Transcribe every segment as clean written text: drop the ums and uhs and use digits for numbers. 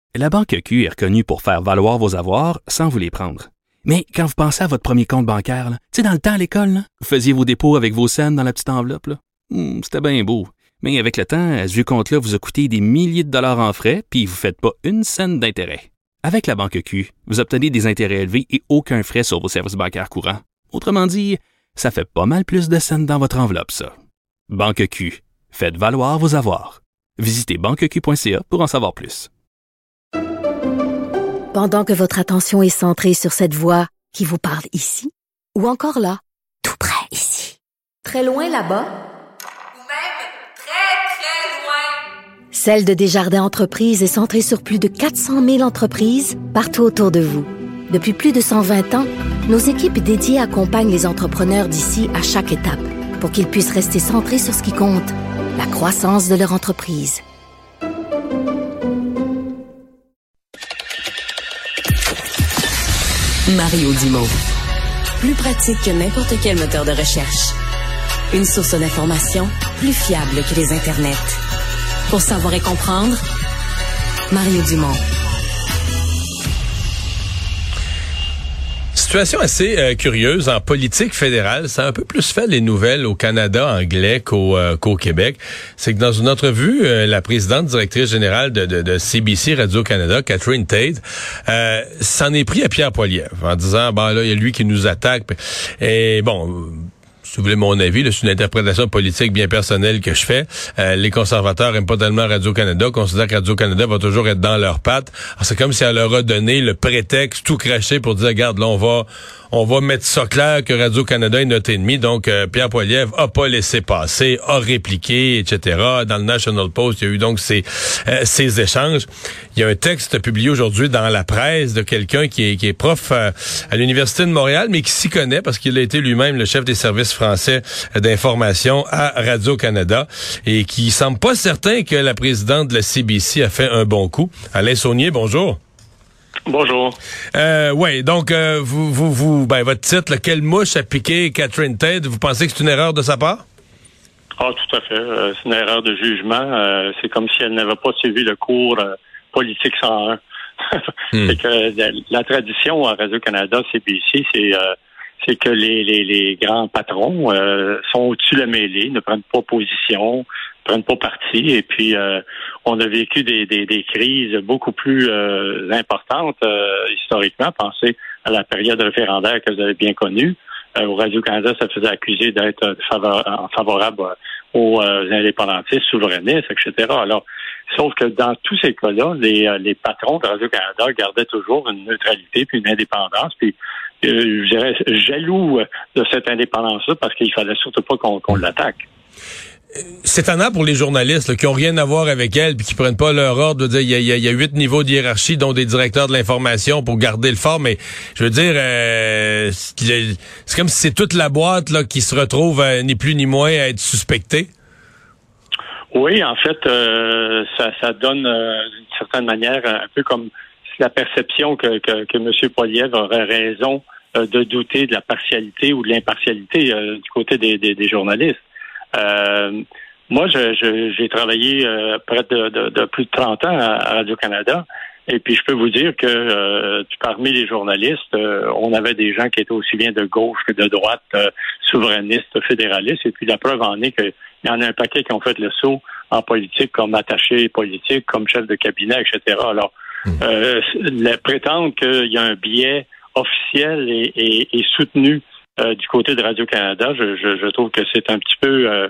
La Banque Q est reconnue pour faire valoir vos avoirs sans vous les prendre. Mais quand vous pensez à votre premier compte bancaire, tu sais, dans le temps à l'école, là, vous faisiez vos dépôts avec vos scènes dans la petite enveloppe. Là. C'était bien beau. Mais avec le temps, ce vieux compte-là vous a coûté des milliers de dollars en frais, puis vous ne faites pas une scène d'intérêt. Avec la Banque Q, vous obtenez des intérêts élevés et aucun frais sur vos services bancaires courants. Autrement dit, ça fait pas mal plus de scènes dans votre enveloppe, ça. Banque Q. Faites valoir vos avoirs. Visitez banqueq.ca pour en savoir plus. Pendant que votre attention est centrée sur cette voix qui vous parle ici, ou encore là, tout près ici, très loin là-bas, ou même très, très loin, Celle de Desjardins Entreprises est centrée sur plus de 400 000 entreprises partout autour de vous. Depuis plus de 120 ans, nos équipes dédiées accompagnent les entrepreneurs d'ici à chaque étape pour qu'ils puissent rester centrés sur ce qui compte, la croissance de leur entreprise. Mario Dumont. Plus pratique que n'importe quel moteur de recherche. Une source d'information plus fiable que les internets. Pour savoir et comprendre, Mario Dumont. Situation assez curieuse en politique fédérale. Ça a un peu plus fait les nouvelles au Canada anglais qu'au Québec. C'est que dans une entrevue, la présidente directrice générale de CBC Radio-Canada, Catherine Tate, s'en est pris à Pierre Poilievre en disant, là, il y a lui qui nous attaque. Et bon... Si vous voulez mon avis, c'est une interprétation politique bien personnelle que je fais. Les conservateurs aiment pas tellement Radio-Canada, considèrent que Radio-Canada va toujours être dans leurs pattes. Alors, c'est comme si elle leur a donné le prétexte tout craché pour dire, regarde, là, on va mettre ça clair que Radio-Canada est notre ennemi. Donc, Pierre Poilievre a pas laissé passer, a répliqué, etc. Dans le National Post, il y a eu donc ces échanges. Il y a un texte publié aujourd'hui dans la presse de quelqu'un qui est prof à l'Université de Montréal, mais qui s'y connaît parce qu'il a été lui-même le chef des services français d'information à Radio-Canada et qui semble pas certain que la présidente de la CBC a fait un bon coup. Alain Saunier, bonjour. Bonjour. Ouais, donc votre titre, quelle mouche a piqué Catherine Tate, vous pensez que c'est une erreur de sa part? Ah, tout à fait. C'est une erreur de jugement. C'est comme si elle n'avait pas suivi le cours politique 101. C'est que la tradition à Radio-Canada, CBC, c'est que les grands patrons sont au-dessus de la mêlée, ne prennent pas position, ne prennent pas parti. Et puis, on a vécu des crises beaucoup plus importantes historiquement. Pensez à la période référendaire que vous avez bien connue. Au Radio-Canada, ça faisait accuser d'être favorable aux indépendantistes, souverainistes, etc. Alors, sauf que dans tous ces cas-là, les patrons de Radio-Canada gardaient toujours une neutralité puis une indépendance. Puis, je dirais, jaloux de cette indépendance-là parce qu'il fallait surtout pas qu'on l'attaque. C'est étonnant pour les journalistes là, qui ont rien à voir avec elle puis qui prennent pas leur ordre de dire il y a 8 niveaux de hiérarchie dont des directeurs de l'information pour garder le fort, mais je veux dire c'est comme si c'est toute la boîte là qui se retrouve ni plus ni moins à être suspectée. Oui, en fait, ça donne d'une certaine manière un peu comme la perception que M. Poilievre aurait raison de douter de la partialité ou de l'impartialité du côté des journalistes. Moi, j'ai travaillé près de plus de 30 ans à Radio-Canada et puis je peux vous dire que parmi les journalistes, on avait des gens qui étaient aussi bien de gauche que de droite, souverainistes, fédéralistes, et puis la preuve en est qu'il y en a un paquet qui ont fait le saut en politique comme attaché politique, comme chef de cabinet, etc. Alors, prétendre qu'il y a un biais officiel et soutenu du côté de Radio-Canada, je trouve que c'est un petit peu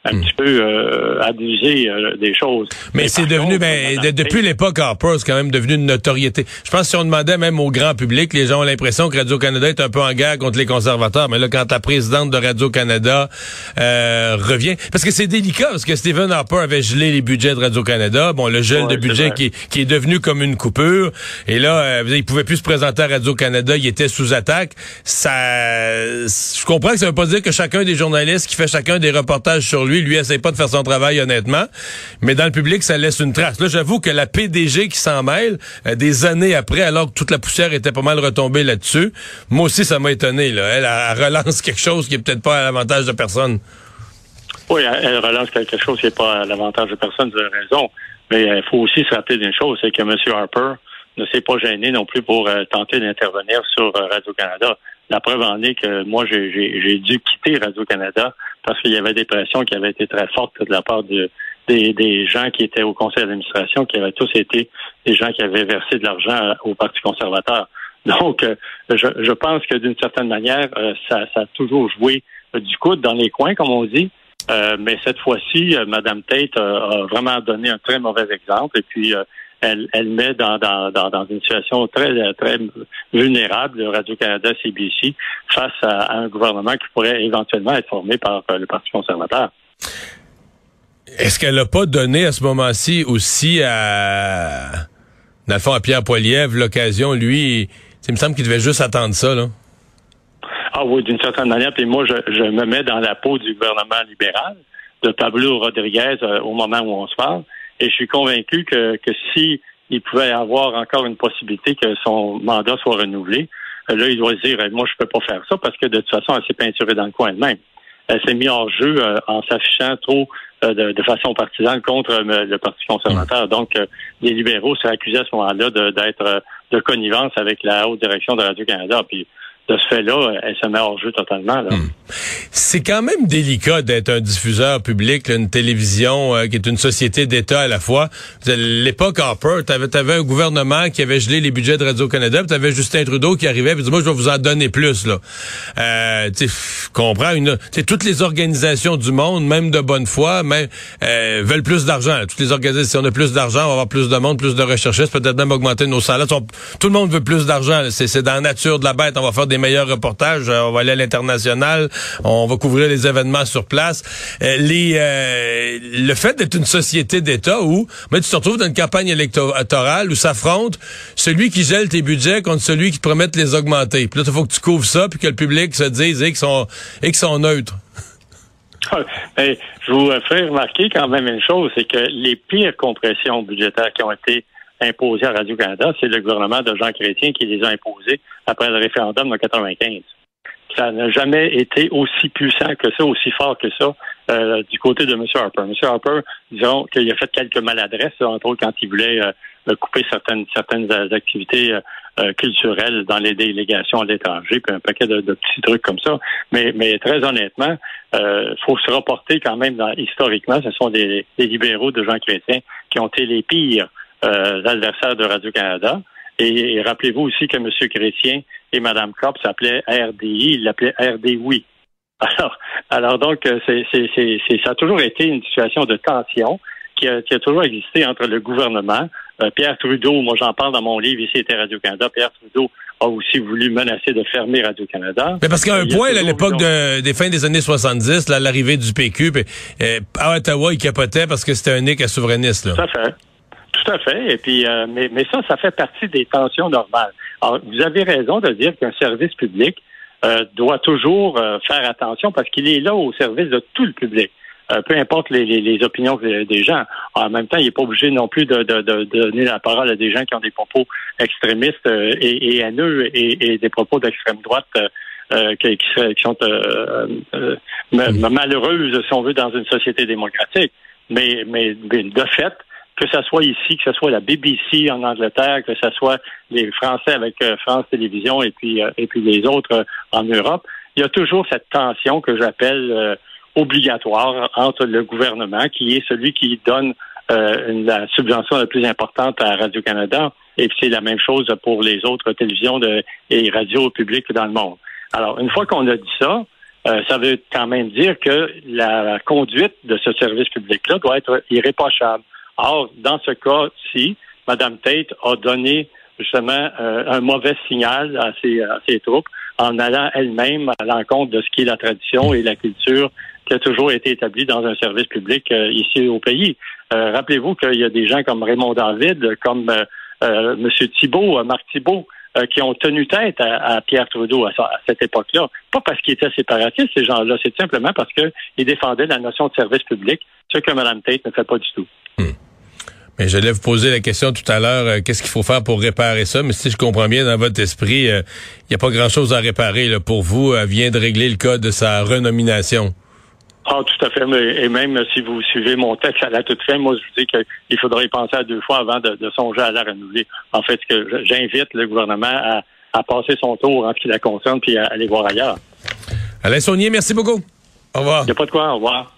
abusé des choses. Mais c'est devenu, depuis l'époque Harper, c'est quand même devenu une notoriété. Je pense que si on demandait même au grand public, les gens ont l'impression que Radio-Canada est un peu en guerre contre les conservateurs. Mais là, quand la présidente de Radio-Canada revient, parce que c'est délicat, parce que Stephen Harper avait gelé les budgets de Radio-Canada. Bon, le gel de budget qui est devenu comme une coupure. Et là, il pouvait plus se présenter à Radio-Canada, il était sous attaque. Je comprends que ça veut pas dire que chacun des journalistes qui fait chacun des reportages sur lui essaie pas de faire son travail honnêtement, mais dans le public, ça laisse une trace. Là, j'avoue que la PDG qui s'en mêle, des années après, alors que toute la poussière était pas mal retombée là-dessus, moi aussi, ça m'a étonné. Là. Elle relance quelque chose qui est peut-être pas à l'avantage de personne. Oui, elle relance quelque chose qui n'est pas à l'avantage de personne, vous avez raison. Mais il faut aussi se rappeler d'une chose, c'est que M. Harper ne s'est pas gêné non plus pour tenter d'intervenir sur Radio-Canada. La preuve en est que moi, j'ai dû quitter Radio-Canada parce qu'il y avait des pressions qui avaient été très fortes de la part des gens qui étaient au conseil d'administration, qui avaient tous été des gens qui avaient versé de l'argent au Parti conservateur. Donc, je pense que d'une certaine manière, ça a toujours joué du coude dans les coins, comme on dit. Mais cette fois-ci, Mme Tate a vraiment donné un très mauvais exemple. Et puis, elle met dans une situation très, très vulnérable Radio-Canada, CBC, face à un gouvernement qui pourrait éventuellement être formé par le Parti conservateur. Est-ce qu'elle n'a pas donné à ce moment-ci aussi dans le fond, à Pierre Poilievre l'occasion, lui, il me semble qu'il devait juste attendre ça, là? Ah oui, d'une certaine manière. Puis moi, je me mets dans la peau du gouvernement libéral, de Pablo Rodriguez, au moment où on se parle. Et je suis convaincu que si il pouvait y avoir encore une possibilité que son mandat soit renouvelé, là, il doit se dire, moi, je peux pas faire ça parce que de toute façon, elle s'est peinturée dans le coin elle-même. Elle s'est mise hors jeu en s'affichant trop de façon partisane contre le Parti conservateur. Donc, les libéraux seraient accusés à ce moment-là d'être de connivence avec la haute direction de Radio-Canada. Puis, de ce fait-là, elle se met hors jeu totalement. Là. C'est quand même délicat d'être un diffuseur public, là, une télévision qui est une société d'État à la fois. L'époque Harper, t'avais un gouvernement qui avait gelé les budgets de Radio-Canada, puis t'avais Justin Trudeau qui arrivait et dit, moi, je vais vous en donner plus. Là, comprends, toutes les organisations du monde, même de bonne foi, veulent plus d'argent. Toutes les organisations, si on a plus d'argent, on va avoir plus de monde, plus de recherchistes, peut-être même augmenter nos salaires. Tout le monde veut plus d'argent. C'est dans la nature de la bête. On va faire des meilleurs reportages, on va aller à l'international, on va couvrir les événements sur place. Le fait d'être une société d'État où tu te retrouves dans une campagne électorale où s'affrontent celui qui gèle tes budgets contre celui qui te promet de les augmenter. Puis là, il faut que tu couvres ça puis que le public se dise qu'ils sont neutres. Mais je vous fais remarquer quand même une chose, c'est que les pires compressions budgétaires qui ont été imposées à Radio-Canada, c'est le gouvernement de Jean Chrétien qui les a imposées après le référendum de 95. Ça n'a jamais été aussi puissant que ça, aussi fort que ça, du côté de M. Harper. M. Harper, disons qu'il a fait quelques maladresses, entre autres quand il voulait couper certaines activités culturelles dans les délégations à l'étranger, puis un paquet de petits trucs comme ça. Mais très honnêtement, faut se reporter quand même historiquement, ce sont des libéraux de Jean Chrétien qui ont été les pires adversaires de Radio-Canada. Et rappelez-vous aussi que M. Chrétien et Mme Kopp s'appelaient RDI, ils l'appelaient RDI. Alors donc, ça a toujours été une situation de tension qui a toujours existé entre le gouvernement. Pierre Trudeau, moi j'en parle dans mon livre, ici était Radio-Canada, Pierre Trudeau a aussi voulu menacer de fermer Radio-Canada. Mais parce qu'à un point, à l'époque des fins des années 70, là, l'arrivée du PQ, à Ottawa, il capotait parce que c'était un nick à souverainiste. Là. Tout à fait. Et puis, mais ça fait partie des tensions normales. Alors, vous avez raison de dire qu'un service public doit toujours faire attention parce qu'il est là au service de tout le public. Peu importe les opinions des gens. En même temps, il n'est pas obligé non plus de donner la parole à des gens qui ont des propos extrémistes et haineux et des propos d'extrême droite qui sont malheureuses, si on veut, dans une société démocratique. Mais de fait, que ce soit ici, que ce soit la BBC en Angleterre, que ce soit les Français avec France Télévisions et puis les autres en Europe, il y a toujours cette tension que j'appelle obligatoire entre le gouvernement, qui est celui qui donne la subvention la plus importante à Radio-Canada, et puis c'est la même chose pour les autres télévisions et radios publiques dans le monde. Alors, une fois qu'on a dit ça, ça veut quand même dire que la conduite de ce service public-là doit être irréprochable. Or, dans ce cas-ci, Mme Tate a donné justement un mauvais signal à ses troupes en allant elle-même à l'encontre de ce qui est la tradition et la culture qui a toujours été établie dans un service public ici au pays. Rappelez-vous qu'il y a des gens comme Raymond David, comme M. Thibault, Marc Thibault, qui ont tenu tête à Pierre Trudeau à cette époque-là. Pas parce qu'ils étaient séparatistes, ces gens-là, c'est simplement parce qu'ils défendaient la notion de service public, ce que Mme Tate ne fait pas du tout. Mais j'allais vous poser la question tout à l'heure, qu'est-ce qu'il faut faire pour réparer ça? Mais si je comprends bien dans votre esprit, il n'y a pas grand-chose à réparer là, pour vous. Elle vient de régler le cas de sa renomination. Ah, tout à fait. Et même si vous suivez mon texte à la toute fin, moi, je vous dis qu'il faudrait y penser à 2 fois avant de songer à la renouveler. En fait, que j'invite le gouvernement à passer son tour en ce qui la concerne puis à aller voir ailleurs. Alain Saunier, merci beaucoup. Au revoir. Il n'y a pas de quoi. Au revoir.